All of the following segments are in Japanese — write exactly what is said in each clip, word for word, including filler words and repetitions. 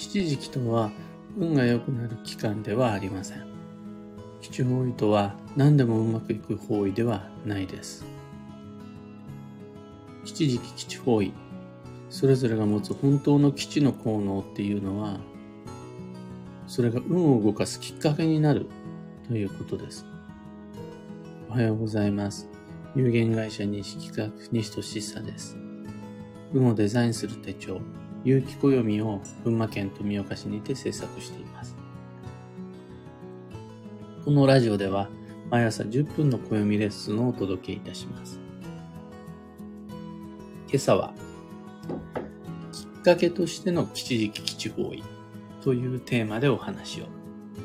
吉時期とは運が良くなる期間ではありません。吉方位とは何でもうまくいく方位ではないです。吉時期、吉方位、それぞれが持つ本当の吉の効能っていうのは、それが運を動かすきっかけになるということです。おはようございます。有限会社西企画西俊久です。運をデザインする手帳、有機暦を群馬県富岡市にて制作しています。このラジオでは毎朝じゅっぷんの暦レッスンをお届けいたします。今朝はきっかけとしての吉時期吉方位というテーマでお話を。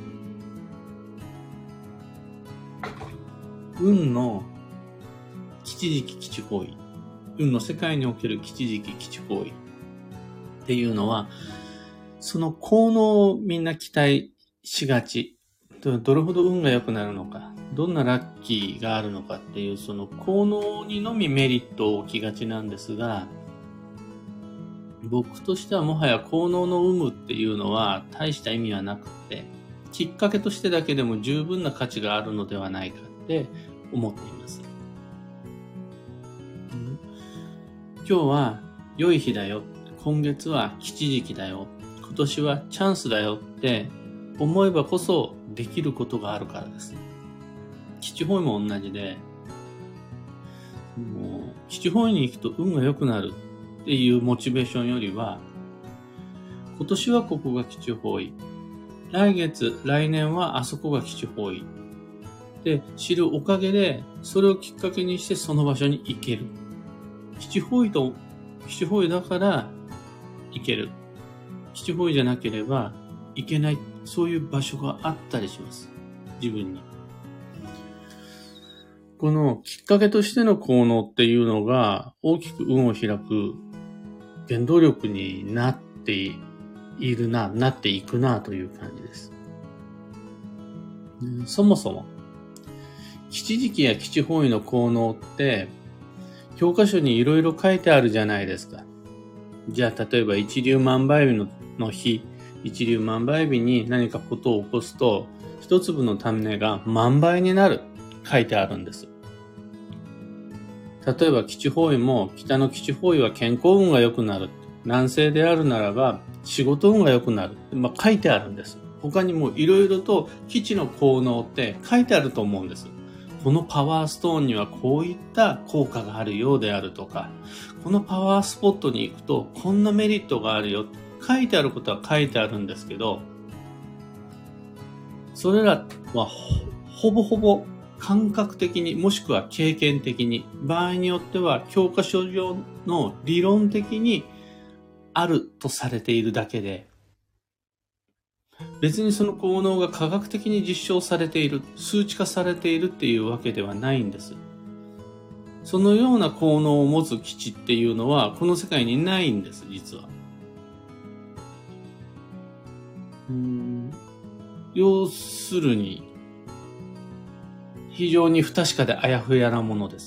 運の吉時期吉方位、運の世界における吉時期吉方位っていうのは、その効能をみんな期待しがち。どれほど運が良くなるのか、どんなラッキーがあるのかっていうその効能にのみメリットを置きがちなんですが、僕としてはもはや効能の有無っていうのは大した意味はなくて、きっかけとしてだけでも十分な価値があるのではないかって思っています。今日は良い日だよ、今月は吉時期だよ、今年はチャンスだよって思えばこそできることがあるからです。吉方位も同じで、もう吉方位に行くと運が良くなるっていうモチベーションよりは、今年はここが吉方位、来月、来年はあそこが吉方位で知るおかげで、それをきっかけにしてその場所に行ける。吉方位と吉方位だから行ける。吉方位じゃなければ行けない。そういう場所があったりします。自分に。このきっかけとしての効能っていうのが大きく運を開く原動力になっているな、なっていくなという感じです。そもそも吉時期や吉方位の効能って教科書にいろいろ書いてあるじゃないですか。じゃあ例えば一粒万倍日 の, の日、一粒万倍日に何かことを起こすと、一粒の種が万倍になる書いてあるんです。例えば吉方位も、北の吉方位は健康運が良くなる。南西であるならば仕事運が良くなる。まあ、書いてあるんです。他にもいろいろと吉の効能って書いてあると思うんです。このパワーストーンにはこういった効果があるようであるとか、このパワースポットに行くとこんなメリットがあるよ。書いてあることは書いてあるんですけど、それらは ほ, ほぼほぼ感覚的にもしくは経験的に、場合によっては教科書上の理論的にあるとされているだけで、別にその効能が科学的に実証されている、数値化されているっていうわけではないんです。そのような効能を持つ基地っていうのはこの世界にないんです、実は。うーん要するに非常に不確かであやふやなものです。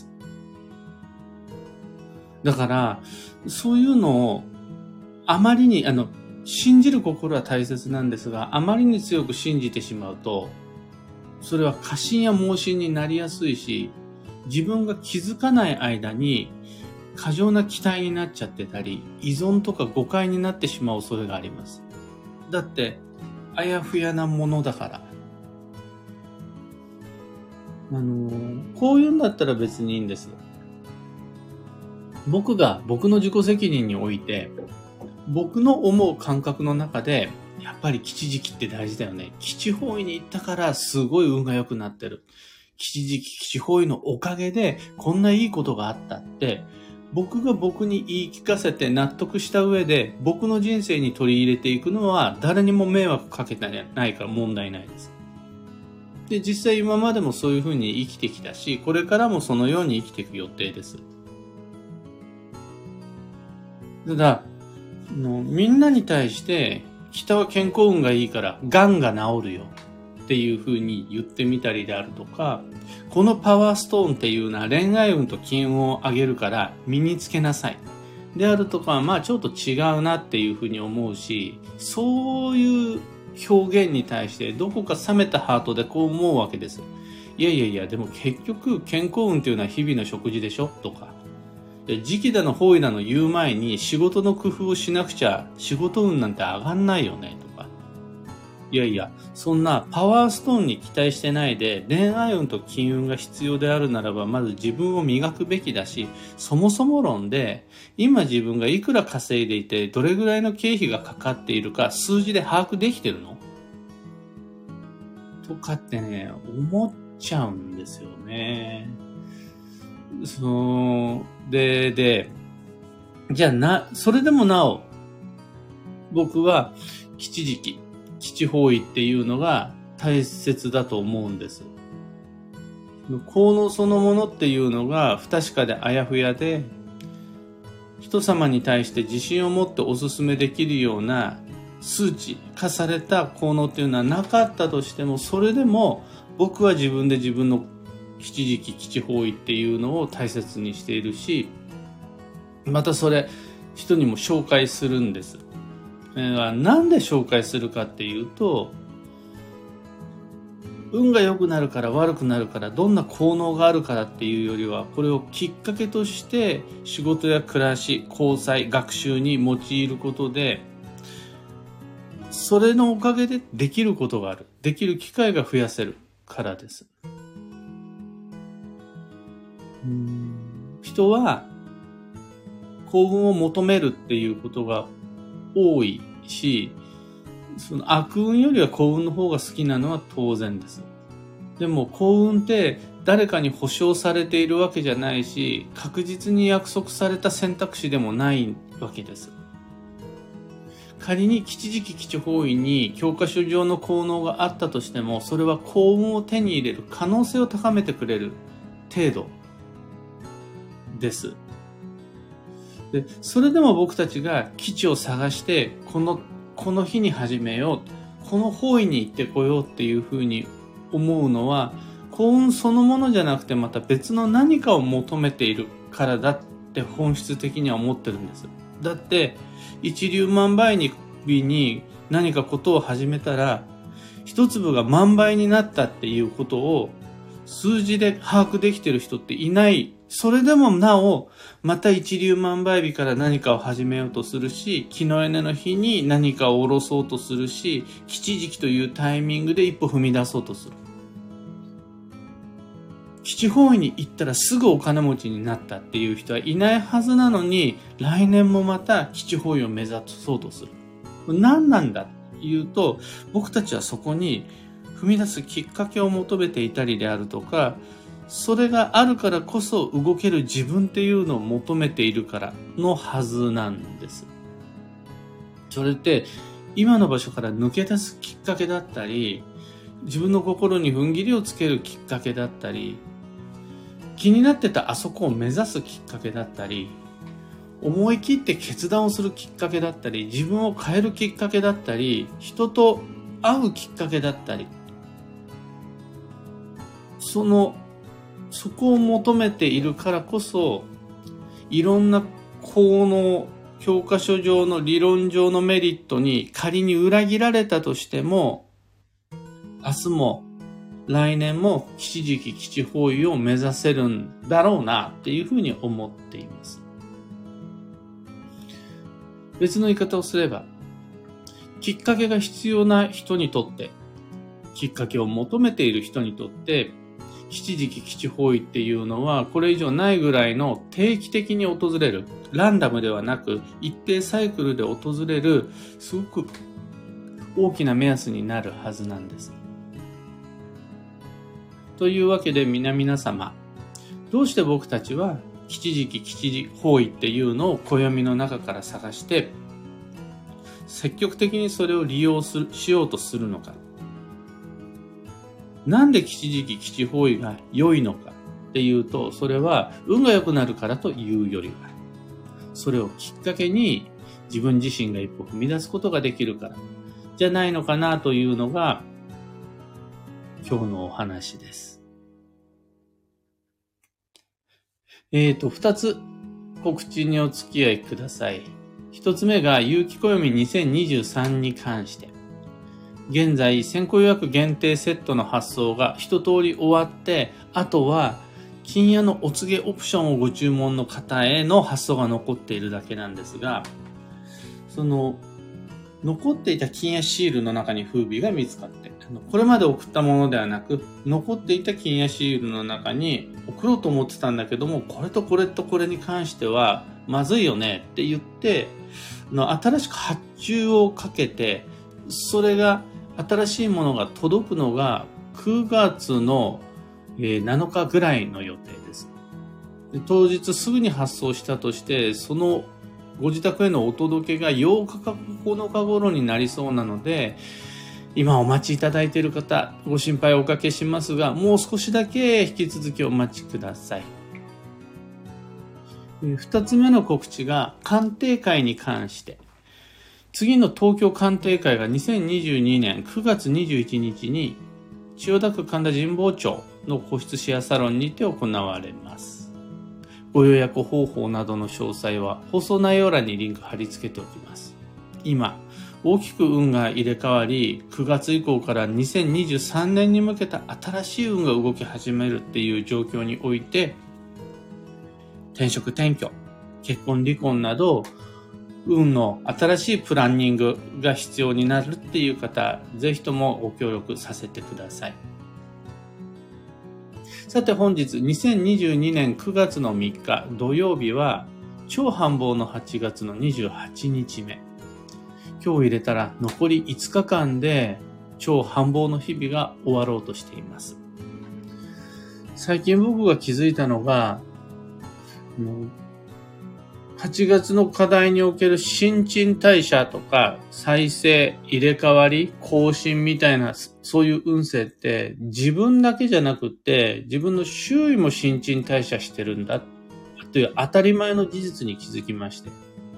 だからそういうのをあまりにあの信じる心は大切なんですが、あまりに強く信じてしまうと、それは過信や妄信になりやすいし、自分が気づかない間に過剰な期待になっちゃってたり、依存とか誤解になってしまう恐れがあります。だってあやふやなものだから。あのー、こういうんだったら別にいいんです。僕が僕の自己責任において、僕の思う感覚の中で、やっぱり吉時期って大事だよね。吉方位に行ったからすごい運が良くなってる。吉時期、吉方位のおかげでこんないいことがあったって、僕が僕に言い聞かせて納得した上で僕の人生に取り入れていくのは誰にも迷惑かけてないから問題ないです。で、実際今までもそういうふうに生きてきたし、これからもそのように生きていく予定です。ただ、のみんなに対して北は健康運がいいから癌が治るよっていうふうに言ってみたりであるとか、このパワーストーンっていうのは恋愛運と金運を上げるから身につけなさい。 であるとかは、まあちょっと違うなっていうふうに思うし、そういう表現に対してどこか冷めたハートでこう思うわけです。いやいやいや、でも結局健康運っていうのは日々の食事でしょとか、時期だの方位だの言う前に仕事の工夫をしなくちゃ仕事運なんて上がんないよねとか、いやいや、そんなパワーストーンに期待してないで、恋愛運と金運が必要であるならば、まず自分を磨くべきだし、そもそも論で、今自分がいくら稼いでいて、どれぐらいの経費がかかっているか、数字で把握できてるのとかってね、思っちゃうんですよね。その、で、で、じゃあな、それでもなお、僕は吉時期、吉方位っていうのが大切だと思うんです。効能そのものっていうのが不確かであやふやで、人様に対して自信を持ってお勧めできるような数値化された効能っていうのはなかったとしても、それでも僕は自分で自分の吉時期、吉方位っていうのを大切にしているし、またそれ人にも紹介するんです。なんで紹介するかっていうと、運が良くなるから悪くなるからどんな効能があるからっていうよりは、これをきっかけとして仕事や暮らし、交際、学習に用いることで、それのおかげでできることがある、できる機会が増やせるからです。うーん、人は幸運を求めるっていうことが多いし、その悪運よりは幸運の方が好きなのは当然です。でも幸運って誰かに保証されているわけじゃないし、確実に約束された選択肢でもないわけです。仮に吉時期吉方位に教科書上の効能があったとしても、それは幸運を手に入れる可能性を高めてくれる程度です。で、それでも僕たちが基地を探して、この、この日に始めよう、この方位に行ってこようっていうふうに思うのは、幸運そのものじゃなくてまた別の何かを求めているからだって本質的には思ってるんです。だって、一粒万倍日に何かことを始めたら、一粒が万倍になったっていうことを数字で把握できてる人っていない。それでもなお、また一粒万倍日から何かを始めようとするし、木のエネの日に何かを下ろそうとするし、吉時期というタイミングで一歩踏み出そうとする。吉方位に行ったらすぐお金持ちになったっていう人はいないはずなのに、来年もまた吉方位を目指そうとする。何なんだっていうと、僕たちはそこに踏み出すきっかけを求めていたりであるとか、それがあるからこそ動ける自分っていうのを求めているからのはずなんです。それって今の場所から抜け出すきっかけだったり、自分の心に踏ん切りをつけるきっかけだったり、気になってたあそこを目指すきっかけだったり、思い切って決断をするきっかけだったり、自分を変えるきっかけだったり、人と会うきっかけだったり、そのそこを求めているからこそ、いろんな効能、教科書上の理論上のメリットに仮に裏切られたとしても、明日も来年も吉時期吉方位を目指せるんだろうなっていうふうに思っています。別の言い方をすれば、きっかけが必要な人にとって、きっかけを求めている人にとって、吉時期吉方位っていうのはこれ以上ないぐらいの定期的に訪れる、ランダムではなく一定サイクルで訪れるすごく大きな目安になるはずなんです。というわけで皆々様、どうして僕たちは吉時期吉方位っていうのを暦の中から探して積極的にそれを利用するしようとするのか。なんで吉時期吉方位が良いのかっていうと、それは運が良くなるからというよりは、それをきっかけに自分自身が一歩踏み出すことができるからじゃないのかなというのが今日のお話です。えーと、二つ告知にお付き合いください。一つ目が、有機暦にせんにじゅうさんに関して。現在、先行予約限定セットの発送が一通り終わって、あとは、金屋のお告げオプションをご注文の方への発送が残っているだけなんですが、その、残っていた金屋シールの中に風味が見つかって、これまで送ったものではなく、残っていた金屋シールの中に送ろうと思ってたんだけども、これとこれとこれに関してはまずいよねって言って、新しく発注をかけて、それが新しいものが届くのがくがつのなのかぐらいの予定です。で当日すぐに発送したとして、そのご自宅へのお届けがようかかここのか頃になりそうなので、今お待ちいただいている方、ご心配をおかけしますが、もう少しだけ引き続きお待ちください。二つ目の告知が鑑定会に関して。次の東京鑑定会がにせんにじゅうにねんくがつにじゅういちにちに千代田区神田神保町の個室シェアサロンにて行われます。ご予約方法などの詳細は放送内容欄にリンク貼り付けておきます。今、大きく運が入れ替わり、くがつ以降からにせんにじゅうさんねんに向けた新しい運が動き始めるっていう状況において、転職転居、結婚離婚など、運の新しいプランニングが必要になるっていう方、ぜひともご協力させてください。さて本日にせんにじゅうにねんくがつのみっか土曜日は超繁忙のはちがつのにじゅうはちにちめ。今日入れたら残りいつかかんで超繁忙の日々が終わろうとしています。最近僕が気づいたのが、はちがつの課題における新陳代謝とか再生、入れ替わり、更新みたいなそういう運勢って自分だけじゃなくって自分の周囲も新陳代謝してるんだという当たり前の事実に気づきまして。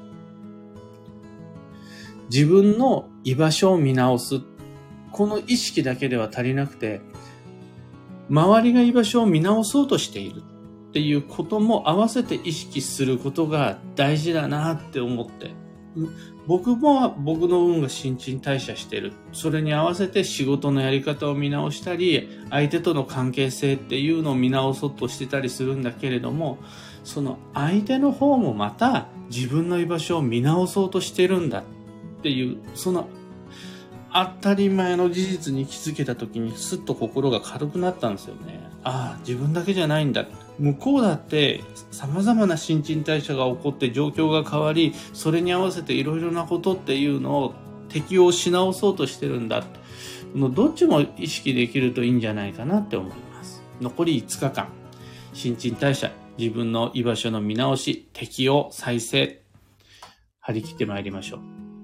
自分の居場所を見直す。この意識だけでは足りなくて、周りが居場所を見直そうとしているっていうことも合わせて意識することが大事だなって思って。僕も僕の運が新陳代謝してる。それに合わせて仕事のやり方を見直したり、相手との関係性っていうのを見直そうとしてたりするんだけれども、その相手の方もまた自分の居場所を見直そうとしてるんだっていう、その当たり前の事実に気づけた時にスッと心が軽くなったんですよね。ああ、自分だけじゃないんだ。向こうだって様々な新陳代謝が起こって状況が変わり、それに合わせていろいろなことっていうのを適応し直そうとしてるんだ。どっちも意識できるといいんじゃないかなって思います。残りいつかかん、新陳代謝、自分の居場所の見直し、適応、再生、張り切ってまいりましょう。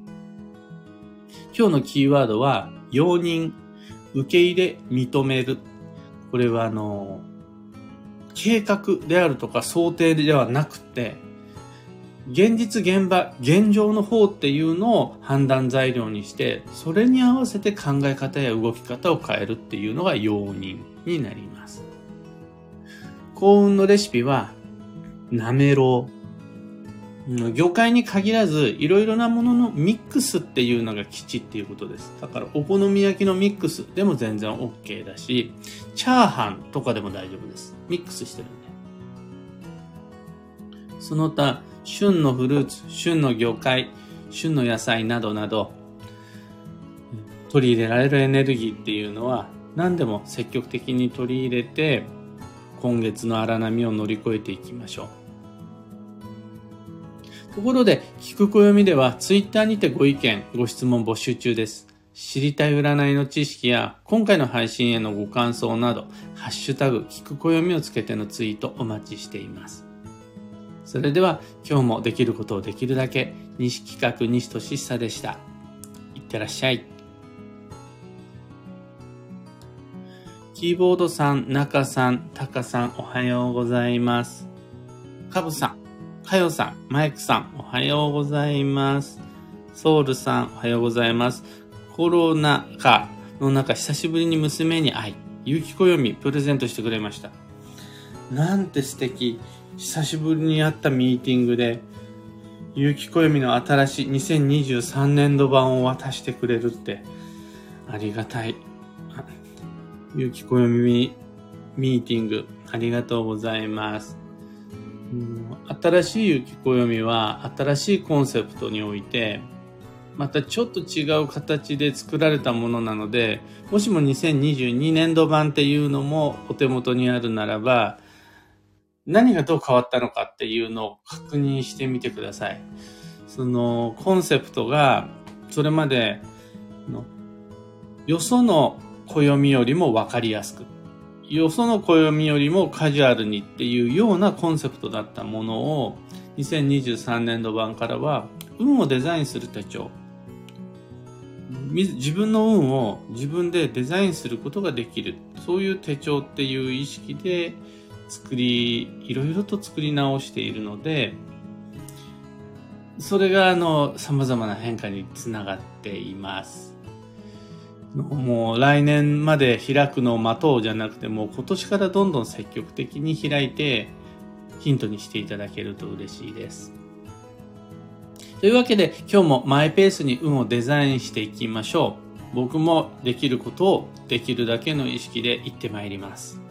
今日のキーワードは、容認、受け入れ、認める。これはあの、計画であるとか想定ではなくて、現実現場、現状の方っていうのを判断材料にして、それに合わせて考え方や動き方を変えるっていうのが容認になります。幸運のレシピは、なめろう。業界に限らず、いろいろなもののミックスっていうのが基地っていうことです。だから、お好み焼きのミックスでも全然 OK だし、チャーハンとかでも大丈夫です。ミックスしてるんで。その他、旬のフルーツ、旬の魚介、旬の野菜などなど、取り入れられるエネルギーっていうのは、何でも積極的に取り入れて、今月の荒波を乗り越えていきましょう。ところで、聞く暦ではツイッターにてご意見、ご質問募集中です。知りたい占いの知識や今回の配信へのご感想など、ハッシュタグ聞く暦をつけてのツイートお待ちしています。それでは今日もできることをできるだけ、西企画西俊久でした。いってらっしゃい。キーボードさん、中さん、タカさん、おはようございます。カブさん、かよさん、マイクさん、おはようございます。ソウルさん、おはようございます。コロナ禍の中、久しぶりに娘に会い、有機暦プレゼントしてくれました。なんて素敵。 久しぶりに会ったミーティングで、有機暦の新しいにせんにじゅうさんねんど版を渡してくれるってありがたい。有機暦ミーティングありがとうございます。新しい有機暦は新しいコンセプトにおいてまたちょっと違う形で作られたものなので、もしもにせんにじゅうにねんど版っていうのもお手元にあるならば、何がどう変わったのかっていうのを確認してみてください。そのコンセプトがそれまでのよその暦よりも分かりやすく、よその暦よりもカジュアルにっていうようなコンセプトだったものをにせんにじゅうさんねんど版からは運をデザインする手帳、自分の運を自分でデザインすることができる、そういう手帳っていう意識で作り、いろいろと作り直しているので、それがあの様々な変化につながっています。もう来年まで開くのを待とうじゃなくて、もう今年からどんどん積極的に開いてヒントにしていただけると嬉しいです。というわけで今日もマイペースに運をデザインしていきましょう。僕もできることをできるだけの意識で行ってまいります。